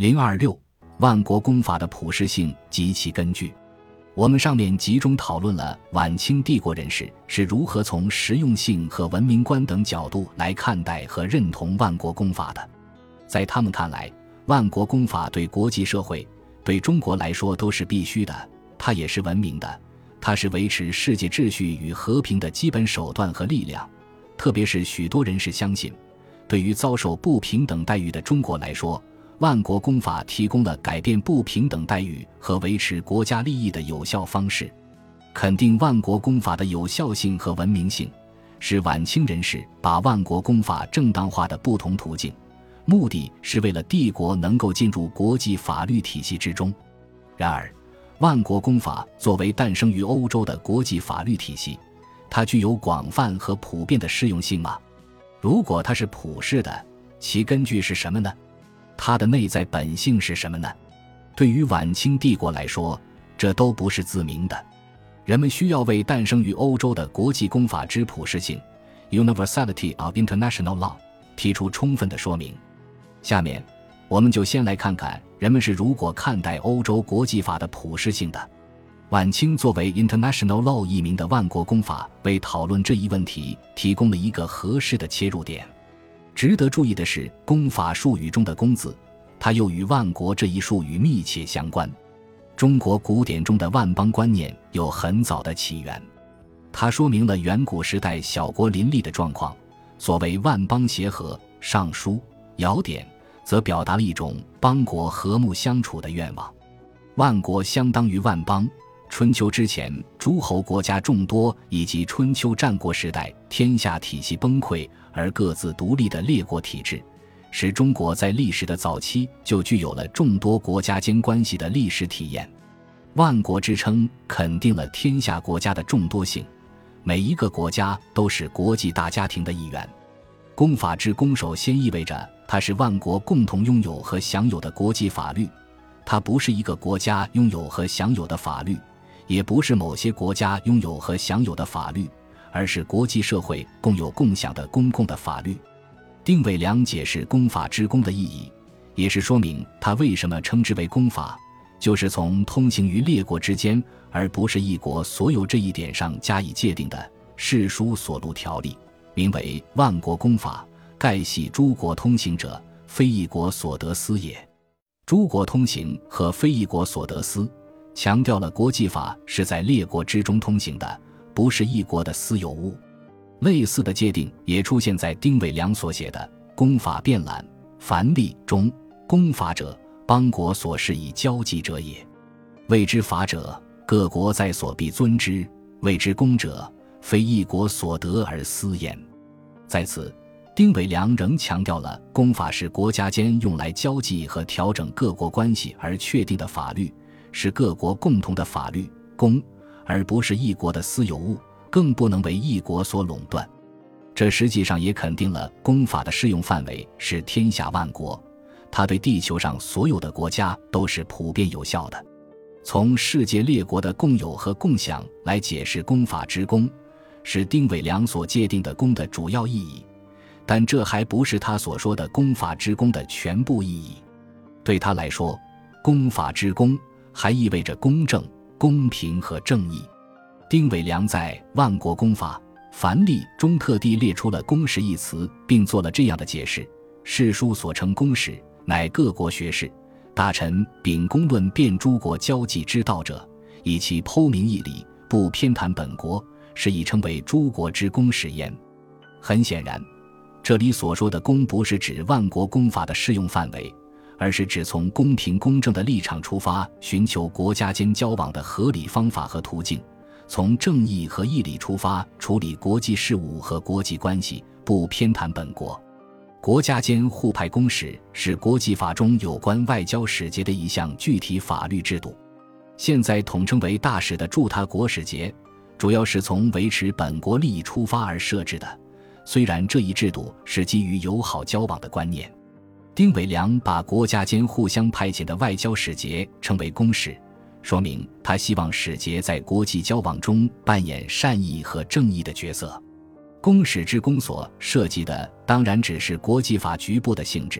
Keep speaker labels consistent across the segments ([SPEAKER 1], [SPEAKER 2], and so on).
[SPEAKER 1] 026万国公法的普适性及其根据。我们上面集中讨论了晚清帝国人士是如何从实用性和文明观等角度来看待和认同万国公法的。在他们看来，万国公法对国际社会、对中国来说都是必须的，它也是文明的，它是维持世界秩序与和平的基本手段和力量。特别是许多人士相信，对于遭受不平等待遇的中国来说，万国公法提供了改变不平等待遇和维持国家利益的有效方式。肯定万国公法的有效性和文明性，是晚清人士把万国公法正当化的不同途径，目的是为了帝国能够进入国际法律体系之中。然而，万国公法作为诞生于欧洲的国际法律体系，它具有广泛和普遍的适用性吗？如果它是普世的，其根据是什么呢？它的内在本性是什么呢？对于晚清帝国来说，这都不是自明的。人们需要为诞生于欧洲的国际公法之普适性 （Universality of International Law） 提出充分的说明。下面，我们就先来看看人们是如何看待欧洲国际法的普适性的。晚清作为 International Law 译名的万国公法，为讨论这一问题提供了一个合适的切入点。值得注意的是，公法术语中的公字，它又与万国这一术语密切相关。中国古典中的万邦观念有很早的起源，它说明了远古时代小国林立的状况。所谓万邦协和，尚书、尧典则表达了一种邦国和睦相处的愿望。万国相当于万邦，春秋之前诸侯国家众多，以及春秋战国时代天下体系崩溃而各自独立的列国体制，使中国在历史的早期就具有了众多国家间关系的历史体验。万国之称肯定了天下国家的众多性，每一个国家都是国际大家庭的一员。公法之公首先意味着它是万国共同拥有和享有的国际法律，它不是一个国家拥有和享有的法律，也不是某些国家拥有和享有的法律，而是国际社会共有共享的公共的法律。丁伟良解释公法之公的意义，也是说明他为什么称之为公法，就是从通行于列国之间而不是一国所有这一点上加以界定的世书所录条例，名为万国公法，盖系诸国通行者，非一国所得私也。诸国通行和非一国所得私，强调了国际法是在列国之中通行的，不是一国的私有物。类似的界定也出现在丁伟良所写的《公法变览》凡例中，公法者，邦国所施以交际者也。谓之法者，各国在所必遵之；谓之公者，非一国所得而私焉。在此，丁伟良仍强调了公法是国家间用来交际和调整各国关系而确定的法律，是各国共同的法律公，而不是一国的私有物，更不能为一国所垄断。这实际上也肯定了公法的适用范围是天下万国，它对地球上所有的国家都是普遍有效的。从世界列国的共有和共享来解释公法之公，是丁伟良所界定的公的主要意义，但这还不是他所说的公法之公的全部意义。对他来说，公法之公还意味着公正、公平和正义。丁伟良在《万国公法凡例》中特地列出了公使一词，并做了这样的解释：世书所称公使，乃各国学士、大臣秉公论辩诸国交际之道者，以其剖明义理，不偏袒本国，是以称为诸国之公使焉。很显然，这里所说的公不是指万国公法的适用范围，而是指从公平公正的立场出发，寻求国家间交往的合理方法和途径，从正义和义理出发处理国际事务和国际关系，不偏袒本国。国家间互派公使是国际法中有关外交使节的一项具体法律制度，现在统称为大使的驻他国使节，主要是从维持本国利益出发而设置的，虽然这一制度是基于友好交往的观念。丁伟良把国家间互相派遣的外交使节称为公使，说明他希望使节在国际交往中扮演善意和正义的角色。公使之公所涉及的当然只是国际法局部的性质，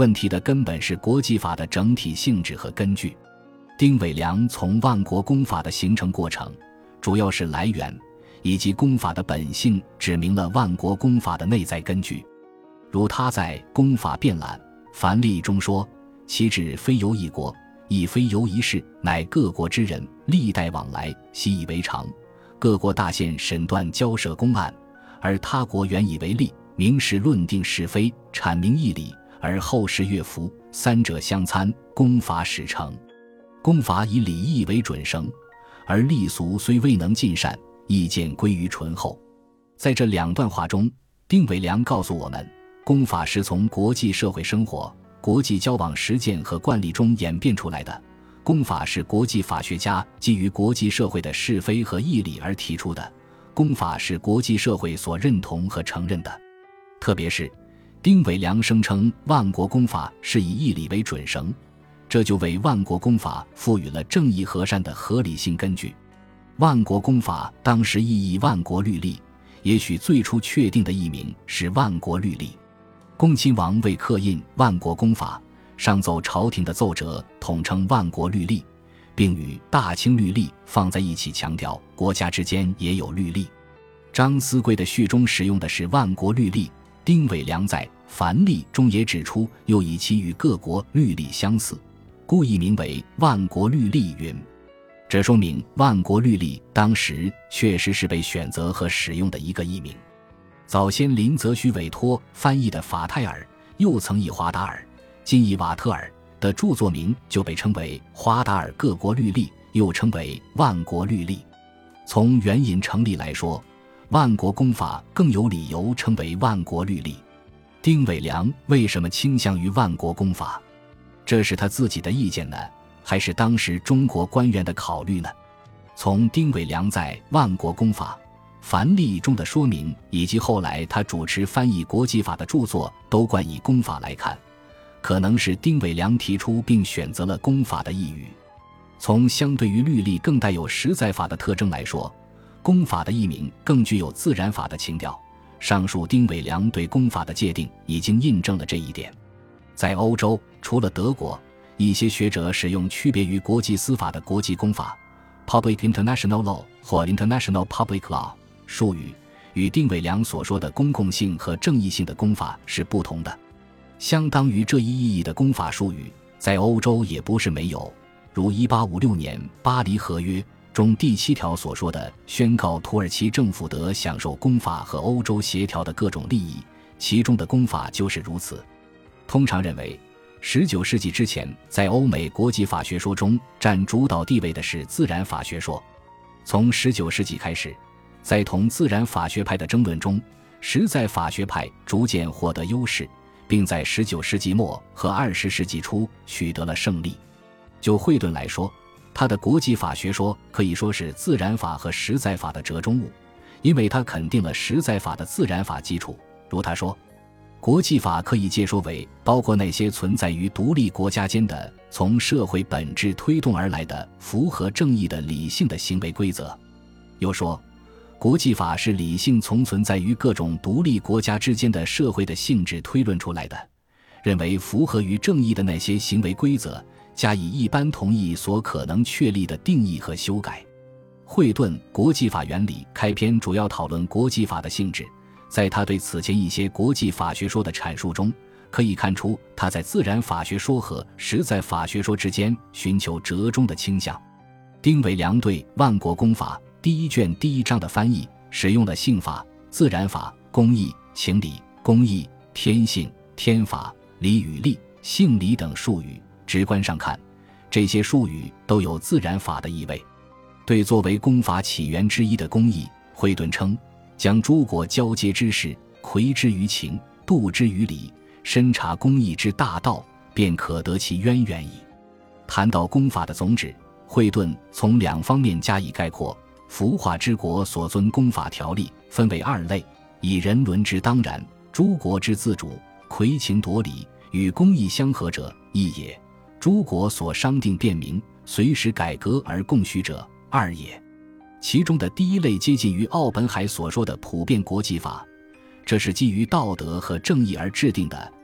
[SPEAKER 1] 问题的根本是国际法的整体性质和根据。丁伟良从万国公法的形成过程、主要是来源以及公法的本性指明了万国公法的内在根据。如他在《公法变览凡例》中说，其志非由一国，亦非由一事，乃各国之人历代往来，习以为常，各国大宪审断交涉公案，而他国原以为例，明示论定是非，阐明义理，而后世乐服，三者相参，公法始成。公法以礼义为准绳，而礼俗虽未能尽善，意见归于醇厚。在这两段话中，丁伟良告诉我们，公法是从国际社会生活、国际交往实践和惯例中演变出来的，公法是国际法学家基于国际社会的是非和义理而提出的，公法是国际社会所认同和承认的。特别是丁伟良声称万国公法是以义理为准绳，这就为万国公法赋予了正义和善的合理性根据。万国公法当时意译万国律例，也许最初确定的译名是万国律例。恭亲王为刻印万国公法，上奏朝廷的奏折统称万国律例，并与大清律例放在一起，强调国家之间也有律例。张思贵的序中使用的是万国律例，丁伟良在凡例中也指出，又以其与各国律例相似，故译名为万国律例云。这说明万国律例当时确实是被选择和使用的一个译名。早先林则徐委托翻译的法泰尔，又曾译华达尔、今译瓦特尔的著作名就被称为华达尔各国律例，又称为万国律例。从援引成立来说，万国公法更有理由称为万国律例。丁伟良为什么倾向于万国公法？这是他自己的意见呢，还是当时中国官员的考虑呢？从丁伟良在《万国公法凡例》中的说明，以及后来他主持翻译国际法的著作都冠以公法来看，可能是丁伟良提出并选择了公法的译语。从相对于律例更带有实在法的特征来说，公法的译名更具有自然法的情调。上述丁伟良对公法的界定已经印证了这一点。在欧洲，除了德国，一些学者使用区别于国际司法的国际公法 Public International Law 或 International Public Law 术语，与丁伟良所说的公共性和正义性的公法是不同的。相当于这一意义的公法术语在欧洲也不是没有，如1856年巴黎合约中第7条所说的，宣告土耳其政府得享受公法和欧洲协调的各种利益，其中的公法就是如此。通常认为19世纪之前，在欧美国际法学说中占主导地位的是自然法学说。从19世纪开始，在同自然法学派的争论中，实在法学派逐渐获得优势，并在19世纪末和20世纪初取得了胜利。就惠顿来说，他的国际法学说可以说是自然法和实在法的折中物，因为他肯定了实在法的自然法基础。如他说，国际法可以界说为包括那些存在于独立国家间的从社会本质推动而来的符合正义的理性的行为规则。又说，国际法是理性从存在于各种独立国家之间的社会的性质推论出来的，认为符合于正义的那些行为规则加以一般同意所可能确立的定义和修改。惠顿《国际法原理》开篇主要讨论国际法的性质，在他对此前一些国际法学说的阐述中，可以看出他在自然法学说和实在法学说之间寻求折中的倾向。丁伟良对《万国公法》第1卷第1章的翻译使用了性法、自然法、公义、情理、公义、天性、天法、理与利、性理等术语。直观上看，这些术语都有自然法的意味。对作为公法起源之一的公义，惠顿称，将诸国交接之事，魁之于情，度之于理，深察公义之大道，便可得其渊源矣。谈到公法的宗旨，惠顿从2方面加以概括。服化之国所遵公法条例分为2类，以人伦之当然，诸国之自主，魁情夺理，与公义相合者，一也；诸国所商定便明，随时改革而共许者，2也。其中的第1类接近于奥本海所说的普遍国际法，这是基于道德和正义而制定的，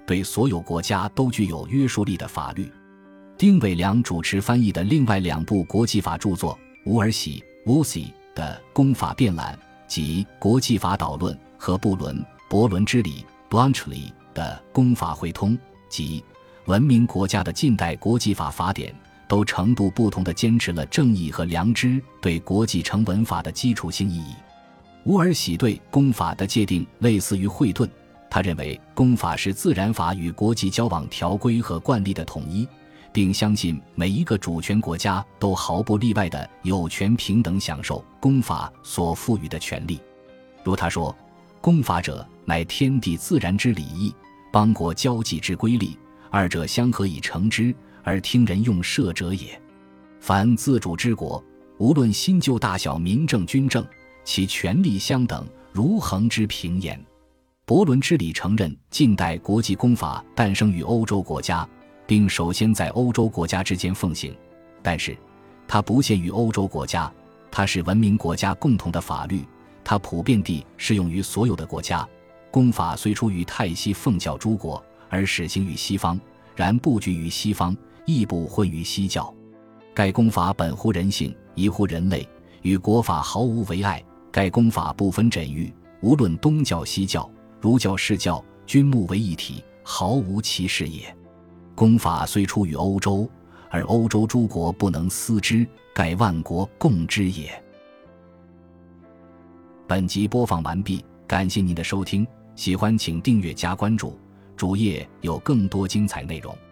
[SPEAKER 2] 对所有国家都具有约束力的法律。丁伟良主持翻译的另外2部国际法著作，伍尔喜 Wolsey 的《公法辩览》及《国际法导论》和布伦伯伦之理 Bluntschli 的《公法汇通》及文明国家的近代国际法法典，都程度不同地坚持了正义和良知对国际成文法的基础性意义。伍尔喜对公法的界定类似于惠顿，他认为公法是自然法与国际交往条规和惯例的统一，并相信每一个主权国家都毫不例外地有权平等享受公法所赋予的权利。如他说，公法者乃天地自然之礼义，邦国交际之规例，二者相合以成之，而听人用摄者也。凡自主之国，无论新旧大小民政军政，其权力相等，如衡之平焉。伯伦之理承认近代国际公法诞生于欧洲国家，并首先在欧洲国家之间奉行，但是它不限于欧洲国家，它是文明国家共同的法律，它普遍地适用于所有的国家。公法虽出于泰西奉教诸国，而始行于西方，然不局于西方，亦不混于西教。该公法本乎人性，宜乎人类，与国法毫无为碍。该公法不分枕域，无论东教西教，儒教释教，均目为一体，毫无其事也。公法虽出于欧洲，而欧洲诸国不能思之，盖万国共之也。本集播放完毕，感谢您的收听，喜欢请订阅加关注，主页有更多精彩内容。